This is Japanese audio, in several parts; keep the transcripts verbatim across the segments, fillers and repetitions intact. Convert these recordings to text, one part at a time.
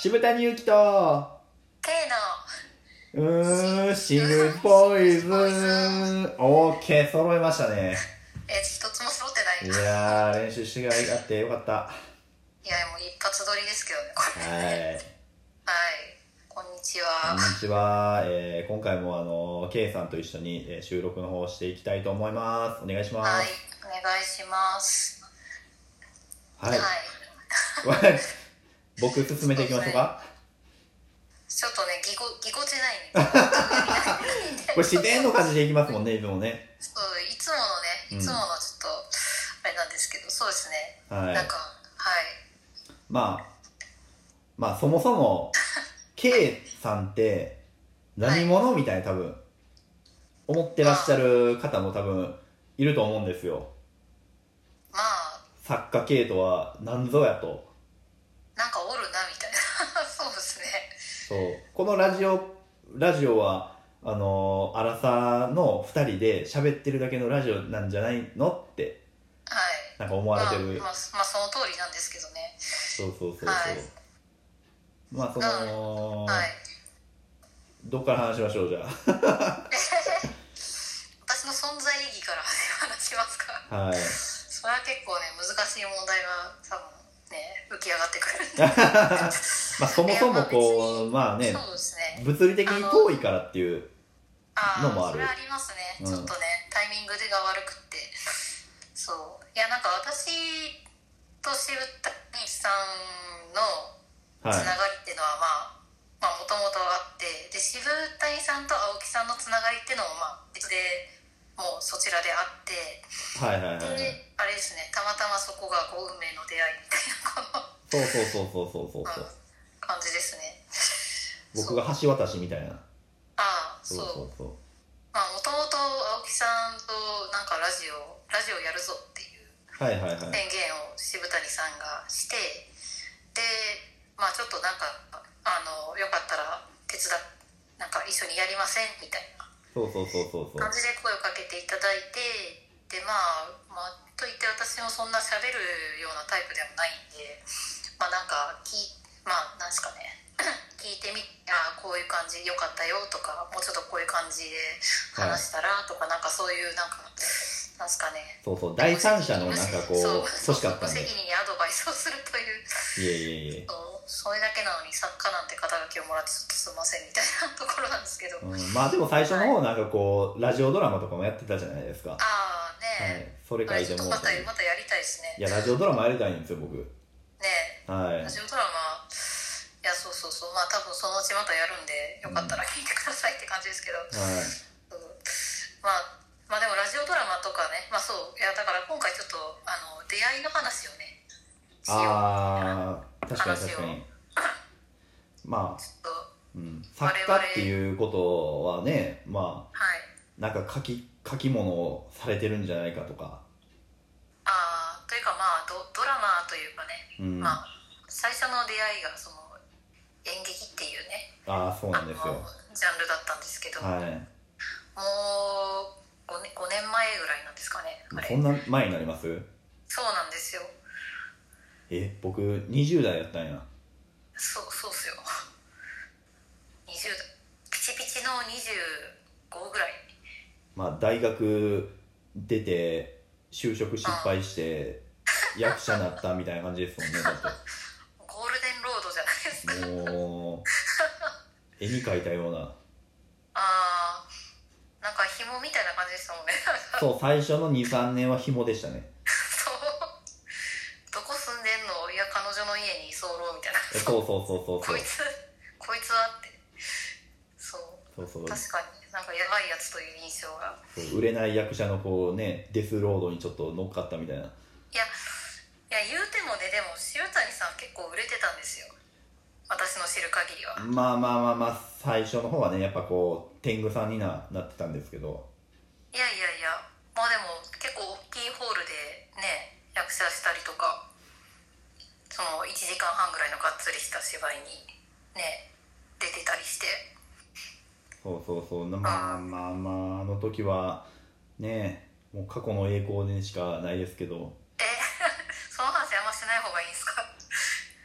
渋谷由紀と K のうーんシグポイズン。オーケー、揃いましたね。 え一つも揃ってない。 いやー、練習してあってよかった。 いやもう一発撮りですけどねこれ。 はい、 はい、こんにちは。 こんにちは。えー、今回もあの K さんと一緒に、えー、収録の方をしていきたいと思います。お願いします。 はい、お願いします。 はい、はい、僕進めていきましょうか。 ちょっとね、ぎこぎこちないねこれ自然の感じでいきますもんね、いつもね。 そう、いつものね、いつものちょっと、あれなんですけど、そうですね、 はい、 なんか、はい、 まあまあそもそも K さんって何者、はい、みたいな多分思ってらっしゃる方も多分いると思うんですよ。 まあ作家 K とは何ぞやと、 なんかおるなみたいなそうですね。 そう、このラジオラジオはあのー、アラサーのふたりで喋ってるだけのラジオなんじゃないのってはいなんか思われてる、 まあ、まあ、まあその通りなんですけどね。 そうそうそうそう、はい、まあその、 はい、 どっから話しましょうじゃあ私の存在意義から話しますか。 はい、 それは結構ね難しい問題が多分ね浮き上がってくるんでまあそもそもこうまあね、 そうですね、 物理的に遠いからっていうのもある。 ああ、それありますね、 うん、 ちょっとねタイミングでが悪くって、そういやなんか私と渋谷さんのつながりっていうのはまあもともとあって、で渋谷さんと青木さんのつながりっていうのもまあ別でもうそちらであって、 はいはいはい、はい、 であれですね、たまたまそこがこう運命の出会いみたいなこのそうそうそうそうそうそうそう、 うん、感じですね。 僕が橋渡しみたいな。 ああ、そうそうそうそう、 まあもともと青木さんとなんかラジオラジオやるぞっていう宣言を渋谷さんがして、でまあちょっとなんかあのよかったら手伝なんか一緒にやりませんみたいなそうそうそうそうそう感じで声をかけていただいて、でまあまあといって私もそんな喋るようなタイプでもないんで、まあなんかきまあなんですかね聞いてみあこういう感じよかったよとか、もうちょっとこういう感じで話したらとか、はい、なんかそういうなんかなんすかね、 そうそう第三者のなんかこう欲しかったんで、 無責任にアドバイスをするといういえいえいえ、 そうそれだけなのに作家なんて肩書きをもらってちょっとすいませんみたいなところなんですけど、 うん、まあでも最初の方なんかこう、はい、ラジオドラマとかもやってたじゃないですか。 ああね、 はい、それ書いてもまたまたやりたいですね。 いやラジオドラマやりたいんですよ僕ね、はい、ラジオドラマいやそうそうそう、まあ多分そのうちまたやるんでよかったら聞いてくださいって感じですけど、うん、はい、まあまあでもラジオドラマとかね、まあそういやだから今回ちょっとあの出会いの話をねしよう。 ああ確かに確かにまあちょっと、うん、作家っていうことはね、まあ、はい、なんか書き書き物をされてるんじゃないかとか、 ああというかまあ ド, ドラマというかね、うん、まあ最初の出会いがその演劇っていうね、 ああそうなんですよ、 ジャンルだったんですけど、はい、もう 5, 年ごねんまえぐらいなんですかね。あれそんな前になります？ そうなんですよ。 え僕にじゅう代やったんや。 そうそうっすよにじゅう代ピチピチのにじゅうごぐらい。 まあ大学出て就職失敗して役者になったみたいな感じですもんねだってゴールデンロードじゃないですか。 もう絵に描いたようなあーなんか紐みたいな感じでしたもんねそう最初の にさんねんは紐でしたねそうどこ住んでんの、いや彼女の家に居候みたいなそうそうそうそうそうこいつこいつはってそうそうそう確かになんかやばいやつという印象が、 そう売れない役者のこうねデスロードにちょっと乗っかったみたいな。いやいや言うてもね、でも渋谷さん結構売れてたんですよ、私の知る限りは。 まあまあまあまあ最初の方はねやっぱこう天狗さんに な, なってたんですけど、 いやいやいやまあでも結構大きいホールでね役者したりとか、そのいちじかんはんぐらいのがっつりした芝居にね出てたりして、 そうそうそうまあまあまああの時はねもう過去の栄光でしかないですけど、 えその話あんましない方がいいんですか？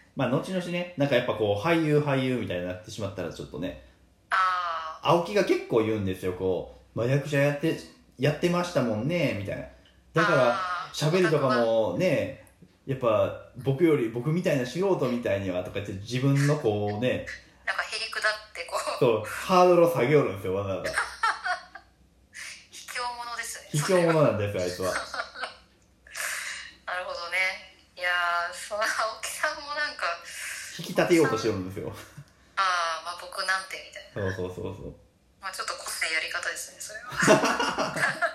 まあ後々ねなんかやっぱこう俳優俳優みたいになってしまったらちょっとね、 あ青木が結構言うんですよ、こう、まあ、役者やってやってましたもんねみたいな、だから喋りとかもねやっぱ僕より僕みたいな素人みたいにはとか言って自分のこうねなんかへりくだってこうそうハードルを下げよるんですよわざわざ卑怯者ですね。 卑怯者なんですよあいつはなるほどね。いやーその青木さんもなんか引き立てようとしてるんですよああまあ僕なんてみたいな、 そうそうそうそうまあちょっと個性やり方ですねそれは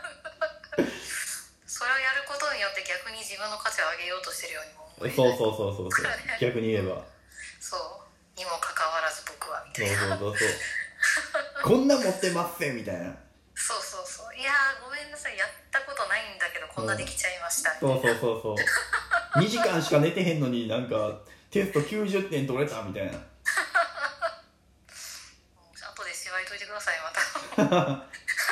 それをやることによって逆に自分の価値を上げようとしてるようにも思えない。 そうそうそうそうそう逆に言えばそうにもかかわらず僕はみたいなそうそうそうそうこんな持ってますぜみたいなそうそうそういやーごめんなさいやったことないんだけどこんなできちゃいましたみたいな、 そうそうそうそうにじかんしか寝てへんのになんかテストきゅうじゅってん取れたみたいな後で芝居といてくださいまた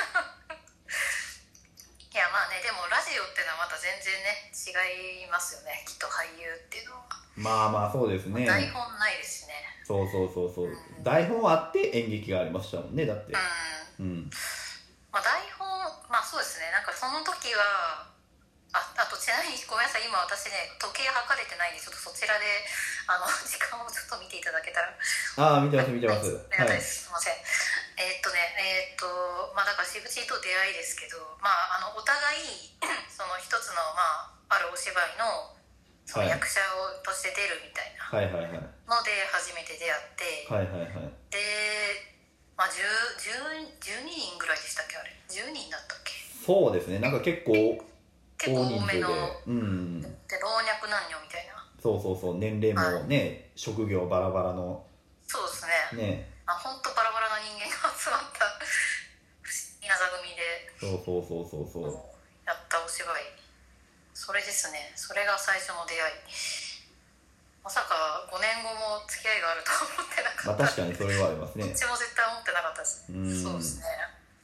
いやまあねでもラジオっていうのはまた全然ね違いますよねきっと俳優っていうのは。 まあまあそうですね、 台本ないですしね。 そうそうそうそう、うん、台本あって演劇がありましたもんねだって、 うん、 うん、 まあ台本まあそうですねなんかその時はああとちなみにごめんなさい今私ね時計測れてないんでちょっとそちらであの時間をちょっと見ていただけたら。 ああ見てます見てます、 はい、はい、すいません。えー、っとねえー、っとまあだからしぶちと出会いですけどまああのお互いその一つのまああるお芝居のその役者をとして出るみたいなので初めて出会って、 はいはいはい、 で、まあ、じゅう, じゅう, じゅうににんぐらいでしたっけあれじゅうにんだったっけ。 そうですねなんか結構結構多めのうん、 で老若男女みたいなそうそうそう年齢もね、はい、職業バラバラのそうですねねあ本当バラバラな人間が集まった不思議な座組でそうそうそうそうそうやったお芝居それですね。それが最初の出会い。まさかごねんごも付き合いがあるとは思ってなかった。 まあ確かにそれはありますね。 どっちも絶対思ってなかったです。 うんそうですね。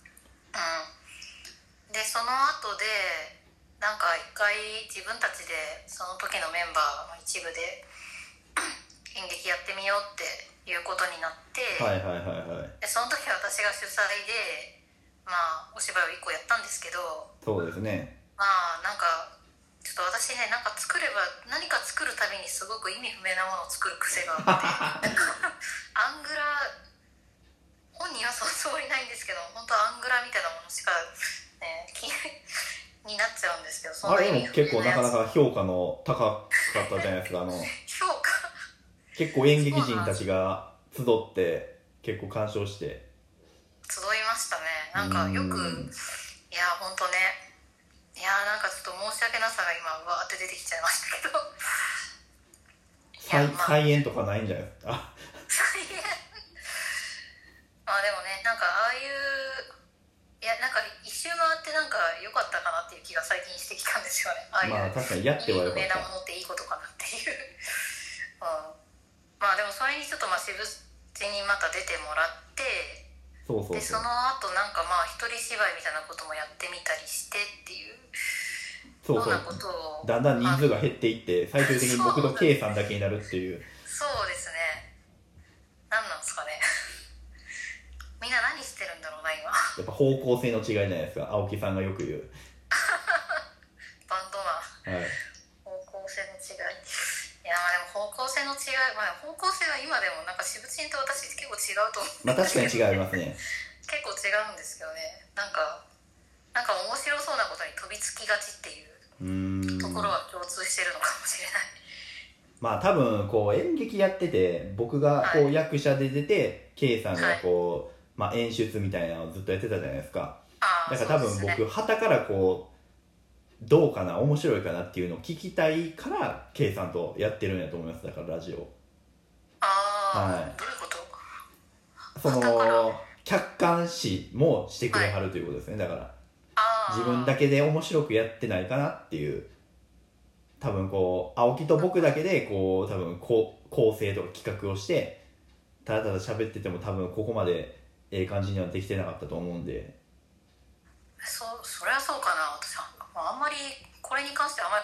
うん。でその後でなんか一回自分たちでその時のメンバーの一部で演劇やってみようっていうことになって、 はいはいはいはい。 でその時私が主催でまあお芝居をいっこやったんですけど。 そうですね。 まあなんか。ちょっと私ねなんか作れば何か作るたびにすごく意味不明なものを作る癖があってアングラ本人はそのつもりないんですけど本当アングラみたいなものしか、ね、気になっちゃうんですけどその意味不明なやつあれも結構なかなか評価の高かったじゃないですかあの評価結構演劇人たちが集って結構鑑賞して集いましたね。なんかよくいや本当ねいやーなんかちょっと申し訳なさが今わーって出てきちゃいましたけど再、まあ、再演とかないんじゃないですか。 再演まあでもねなんかああいういやなんか一周回ってなんか良かったかなっていう気が最近してきたんですよね。ああいうまあ確かにやってはよかった。 いいなものっていいことかなっていう、うん、まあでもそれにちょっとまあ渋地にまた出てもらってそうそうそうでその後なんかまあ一人芝居みたいなこともやってみたりしてっていうそうそうようなことをだんだん人数が減っていって最終的に僕と K さんだけになるっていう。 そうですね。何なんですかねみんな何してるんだろうな今。やっぱ方向性の違いじゃないですか青木さんがよく言うバンドマン、はい、方向性の違い。いやまあでも方向性の違い、まあ、方向性は今でもなんか渋地と私結構違うと思う。 まあ確かに違いますね結構違うんですけどね。なんかなんか面白そうなことに飛びつきがちっていうところは共通してるのかもしれない。 まあ多分こう演劇やってて僕がこう役者で出て、はい、K さんがこう、はいまあ、演出みたいなのをずっとやってたじゃないですか。だから多分僕旗からこうどうかな面白いかなっていうのを聞きたいから K さんとやってるんやと思います。だからラジオああ、はい、どういうこと？ その客観視もしてくれはるということですね。だから自分だけで面白くやってないかなっていう多分こう青木と僕だけでこう多分こう構成とか企画をしてただただ喋ってても多分ここまでええ感じにはできてなかったと思うんで。 そ, それはそうかな。私あんまりこれに関してはあんまり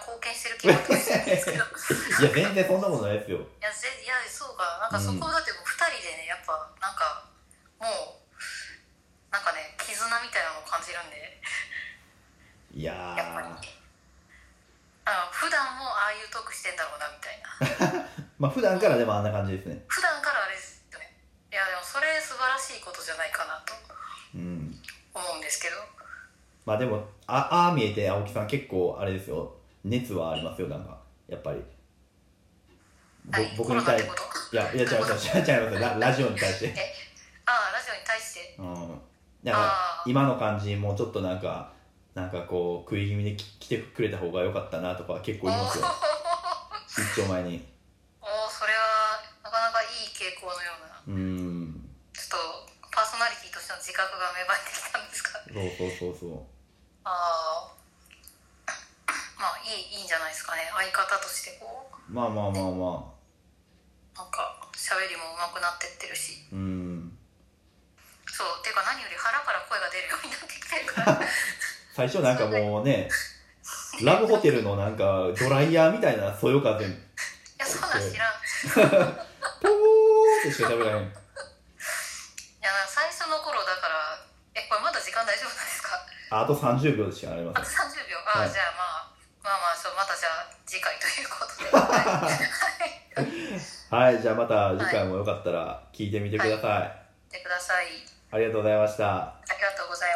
貢献してる気がするんですけどいや全然そんなことないですよ。 いやぜいやそうかなんかそこだってもうふたりでねやっぱなんかもうなんかね絆みたいなのを感じるんでいやーやっぱりあ普段もああいうトークしてんだろうなみたいなまあ普段からでもあんな感じですね。 普段からあれですよね。いやでもそれ素晴らしいことじゃないかなと思うんですけど、うん、 まあでもああ見えて青木さん結構あれですよ熱はありますよなんかやっぱり僕に対していやいや違う違う違う違いますララジオに対してえああラジオに対してうんだから今の感じもうちょっとなんかなんかこう食い気味で来てくれた方が良かったなとか結構言いますよ一丁前に。 おおそれはなかなかいい傾向のようなうんちょっとパーソナリティとしての自覚が芽生えてきたんですか。 そうそうそうそうああまあいいいいんじゃないですかね相方としてこうまあまあまあまあなんか喋りも上手くなってってるしうんそうていうか何より腹から声が出るようになってきてるから最初なんかもうねラブホテルのなんかドライヤーみたいなそよ風いやそんなん知らんポーってしか喋らへん。 いや最初の頃だからえこれまだ時間大丈夫なんですか。 ああとさんじゅうびょうしかありません。 あとさんじゅうびょうあ、はい、じゃあまあまあまあそうまたじゃあ次回ということではい、はい、じゃあまた次回もよかったら聞いてみてください。 はい、はい、見てください。 ありがとうございました。 ありがとうございました。